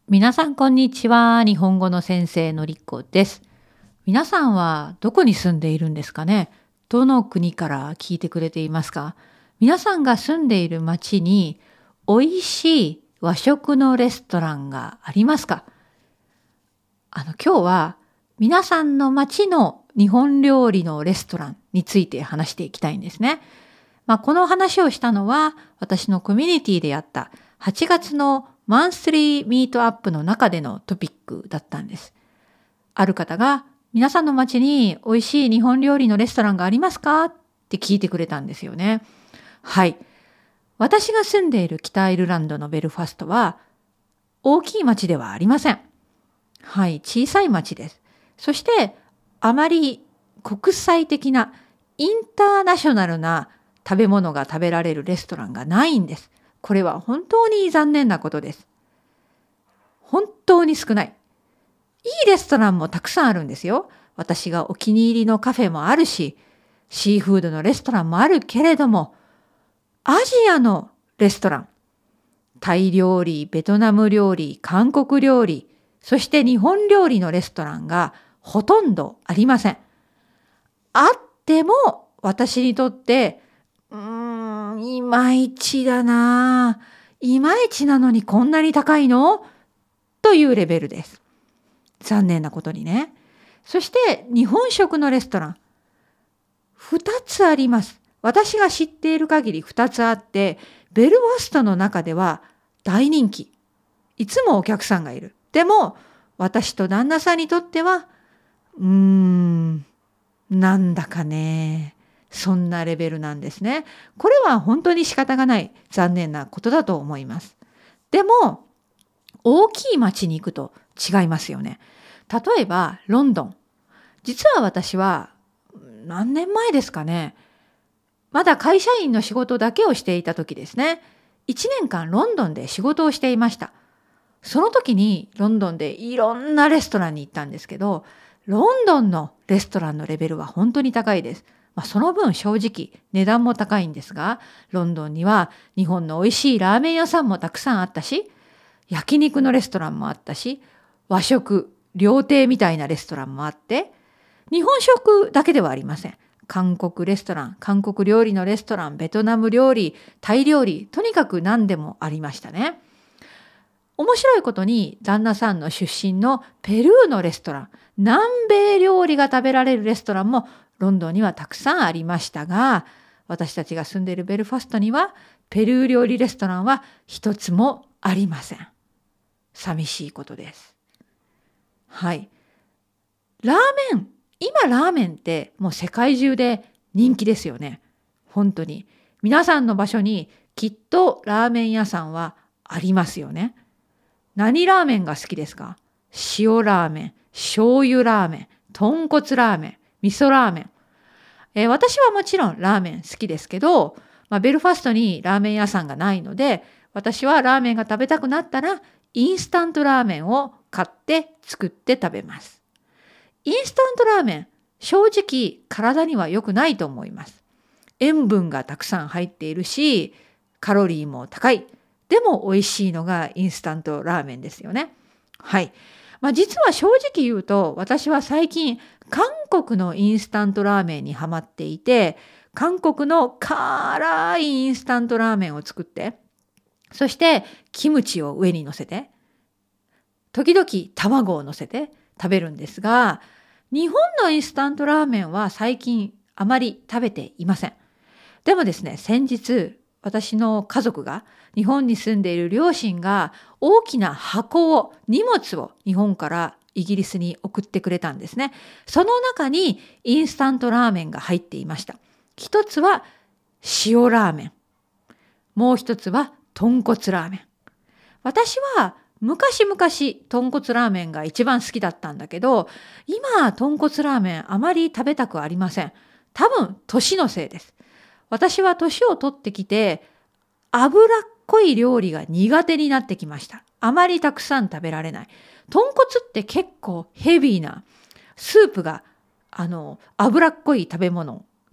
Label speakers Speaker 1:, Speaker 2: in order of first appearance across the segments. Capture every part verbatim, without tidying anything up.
Speaker 1: 皆さんこんにちは。日本語の先生のりこです。皆さんはどこに住んでいるんですかね。どの国から聞いてくれていますか。皆さんが住んでいる町に美味しい和食のレストランがありますか。あの今日は皆さんの町の日本料理のレストランについて話していきたいんですね。まあ、この話をしたのは私のコミュニティでやったはちがつのマンスリーミートアップの中でのトピックだったんです。ある方が皆さんの町に美味しい日本料理のレストランがありますかって聞いてくれたんですよね。はい。私が住んでいる北アイルランドのベルファストは大きい町ではありません。はい、小さい町です。そしてあまり国際的なインターナショナルな食べ物が食べられるレストランがないんです。これは本当に残念なことです。本当に少ない。いいレストランもたくさんあるんですよ。私がお気に入りのカフェもあるし、シーフードのレストランもあるけれども、アジアのレストラン、タイ料理、ベトナム料理、韓国料理、そして日本料理のレストランがほとんどありません。あっても私にとってうーん、いまいちだな。いまいちなのにこんなに高いのというレベルです。残念なことにね。そして日本食のレストラン。ふたつあります。私が知っている限りふたつあって、ベルファストの中では大人気。いつもお客さんがいる。でも私と旦那さんにとっては、うーん、なんだかね。そんなレベルなんですね。これは本当に仕方がない残念なことだと思います。でも大きい町に行くと違いますよね。例えばロンドン。実は私は何年前ですかね。まだ会社員の仕事だけをしていた時ですね。いちねんかんロンドンで仕事をしていました。その時にロンドンでいろんなレストランに行ったんですけど、ロンドンのレストランのレベルは本当に高いです。まあ、その分正直値段も高いんですが、ロンドンには日本の美味しいラーメン屋さんもたくさんあったし、焼肉のレストランもあったし、和食、料亭みたいなレストランもあって、日本食だけではありません。韓国レストラン、韓国料理のレストラン、ベトナム料理、タイ料理、とにかく何でもありましたね。面白いことに旦那さんの出身のペルーのレストラン、南米料理が食べられるレストランもロンドンにはたくさんありましたが、私たちが住んでいるベルファストにはペルー料理レストランは一つもありません。寂しいことです。はい。ラーメン、今ラーメンってもう世界中で人気ですよね。本当に。皆さんの場所にきっとラーメン屋さんはありますよね。何ラーメンが好きですか？塩ラーメン、醤油ラーメン、豚骨ラーメン、味噌ラーメン。えー、私はもちろんラーメン好きですけど、まあ、ベルファストにラーメン屋さんがないので、私はラーメンが食べたくなったら、インスタントラーメンを買って作って食べます。インスタントラーメン、正直体には良くないと思います。塩分がたくさん入っているし、カロリーも高い。でも美味しいのがインスタントラーメンですよね。はい。まあ、実は正直言うと、私は最近韓国のインスタントラーメンにハマっていて、韓国の辛いインスタントラーメンを作って、そしてキムチを上に乗せて、時々卵を乗せて食べるんですが、日本のインスタントラーメンは最近あまり食べていません。でもですね、先日私の家族が日本に住んでいる両親が大きな箱を、荷物を日本からイギリスに送ってくれたんですね。その中にインスタントラーメンが入っていました。一つは塩ラーメン。もう一つは豚骨ラーメン。私は昔々豚骨ラーメンが一番好きだったんだけど、今豚骨ラーメンあまり食べたくありません。多分年のせいです。私は年を取ってきて脂っこい料理が苦手になってきました。あまりたくさん食べられない。豚骨って結構ヘビーなスープがあの脂っこい食べ物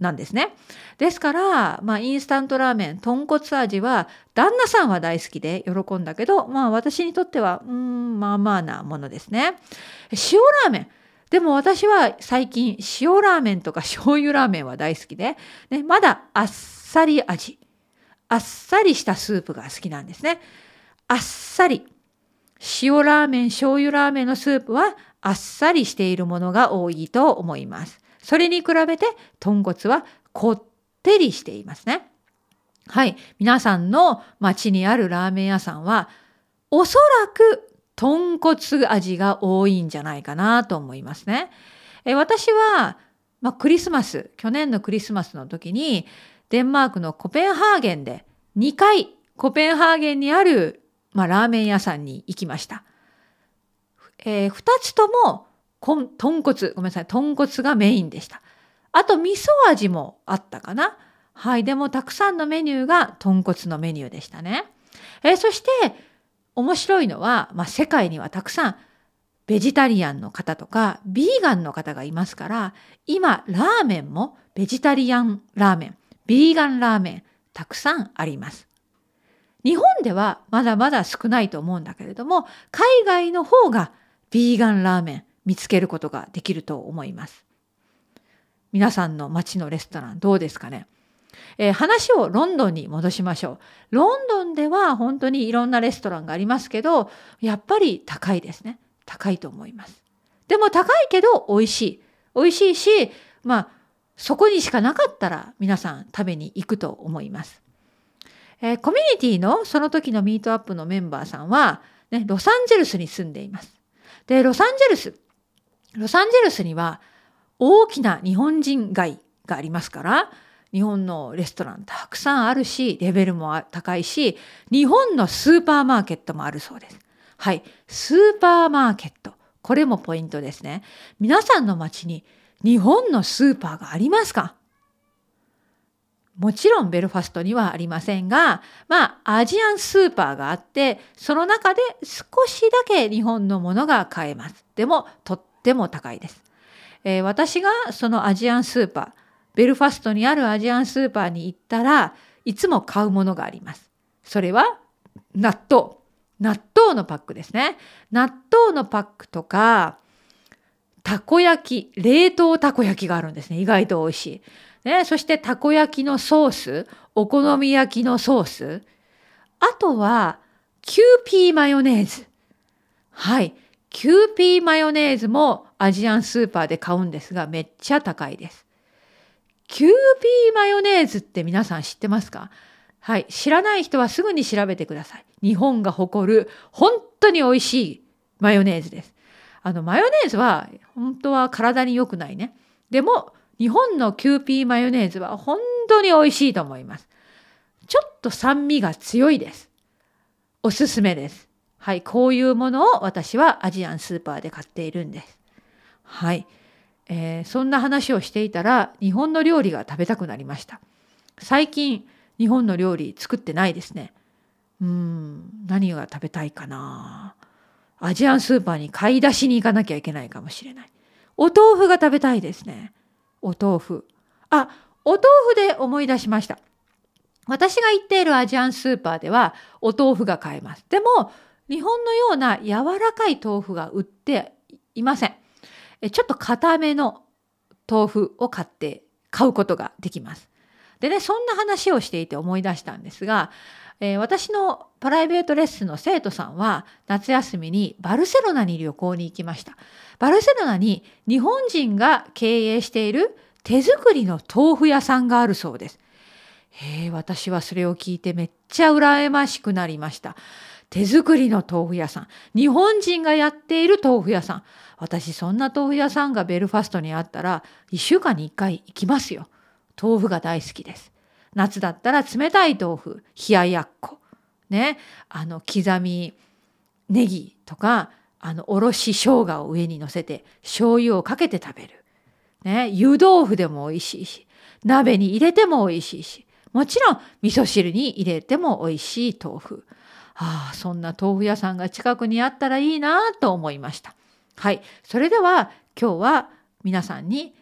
Speaker 1: なんですね。ですから、まあ、インスタントラーメン、豚骨味は旦那さんは大好きで喜んだけど、まあ私にとっては、うーん、まあまあなものですね。塩ラーメン。でも私は最近塩ラーメンとか醤油ラーメンは大好きで、ね、まだあっさり味、あっさりしたスープが好きなんですね。あっさり。塩ラーメン、醤油ラーメンのスープはあっさりしているものが多いと思います。それに比べて豚骨はこってりしていますね。はい。皆さんの町にあるラーメン屋さんはおそらく豚骨味が多いんじゃないかなと思いますね。え私は、まあ、クリスマス、去年のクリスマスの時にデンマークのコペンハーゲンでにかいコペンハーゲンにある、まあ、ラーメン屋さんに行きました。えー、ふたつとも豚骨、ごめんなさい、豚骨がメインでした。あと味噌味もあったかな。はい、でもたくさんのメニューが豚骨のメニューでしたね。えー、そして面白いのは、まあ、世界にはたくさんベジタリアンの方とかビーガンの方がいますから、今ラーメンもベジタリアンラーメン、ビーガンラーメンたくさんあります。日本ではまだまだ少ないと思うんだけれども、海外の方がビーガンラーメン見つけることができると思います。皆さんの街のレストランどうですかね。えー、話をロンドンに戻しましょう。ロンドンでは本当にいろんなレストランがありますけど、やっぱり高いですね。高いと思います。でも高いけど美味しい。美味しいし、まあそこにしかなかったら皆さん食べに行くと思います。えー、コミュニティのその時のミートアップのメンバーさんは、ね、ロサンゼルスに住んでいます。で、ロサンゼルス、ロサンゼルスには大きな日本人街がありますから、日本のレストランたくさんあるし、レベルも高いし、日本のスーパーマーケットもあるそうです。はい、スーパーマーケット。これもポイントですね。皆さんの街に日本のスーパーがありますか？もちろんベルファストにはありませんが、まあアジアンスーパーがあって、その中で少しだけ日本のものが買えます。でもとっても高いです。えー、私がそのアジアンスーパー、ベルファストにあるアジアンスーパーに行ったらいつも買うものがあります。それは納豆。納豆のパックですね。納豆のパックとか、たこ焼き、冷凍たこ焼きがあるんですね。意外と美味しい。ね、そしてたこ焼きのソース、お好み焼きのソース、あとはキューピーマヨネーズ。はい。キューピーマヨネーズもアジアンスーパーで買うんですが、めっちゃ高いです。キューピーマヨネーズって皆さん知ってますか？はい。知らない人はすぐに調べてください。日本が誇る本当に美味しいマヨネーズです。あの、マヨネーズは本当は体に良くないね。でも、日本のキューピーマヨネーズは本当に美味しいと思います。ちょっと酸味が強いです。おすすめです。はい。こういうものを私はアジアンスーパーで買っているんです。はい。えー、そんな話をしていたら日本の料理が食べたくなりました。最近日本の料理作ってないですね。うーん、何が食べたいかな。アジアンスーパーに買い出しに行かなきゃいけないかもしれない。お豆腐が食べたいですね。お豆腐。あ、お豆腐で思い出しました。私が行っているアジアンスーパーではお豆腐が買えます。でも日本のような柔らかい豆腐が売っていません。ちょっと固めの豆腐を買って買うことができます。でね、そんな話をしていて思い出したんですが、えー、私のプライベートレッスンの生徒さんは夏休みにバルセロナに旅行に行きました。バルセロナに日本人が経営している手作りの豆腐屋さんがあるそうです。へえ、私はそれを聞いてめっちゃ羨ましくなりました。手作りの豆腐屋さん。日本人がやっている豆腐屋さん。私そんな豆腐屋さんがベルファストにあったらいっしゅうかんにいっかい行きますよ。豆腐が大好きです。夏だったら冷たい豆腐、冷ややっこ。ね。あの刻みネギとか、あのおろし生姜を上に乗せて醤油をかけて食べる。ね。湯豆腐でも美味しいし、鍋に入れても美味しいし、もちろん味噌汁に入れても美味しい豆腐。ああ、そんな豆腐屋さんが近くにあったらいいなと思いました。はい。それでは今日は皆さんに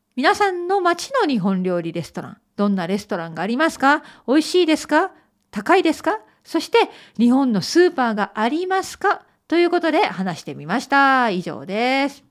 Speaker 1: 皆さんの町の日本料理レストラン、どんなレストランがありますか？美味しいですか？高いですか？そして日本のスーパーがありますか？ということで話してみました。以上です。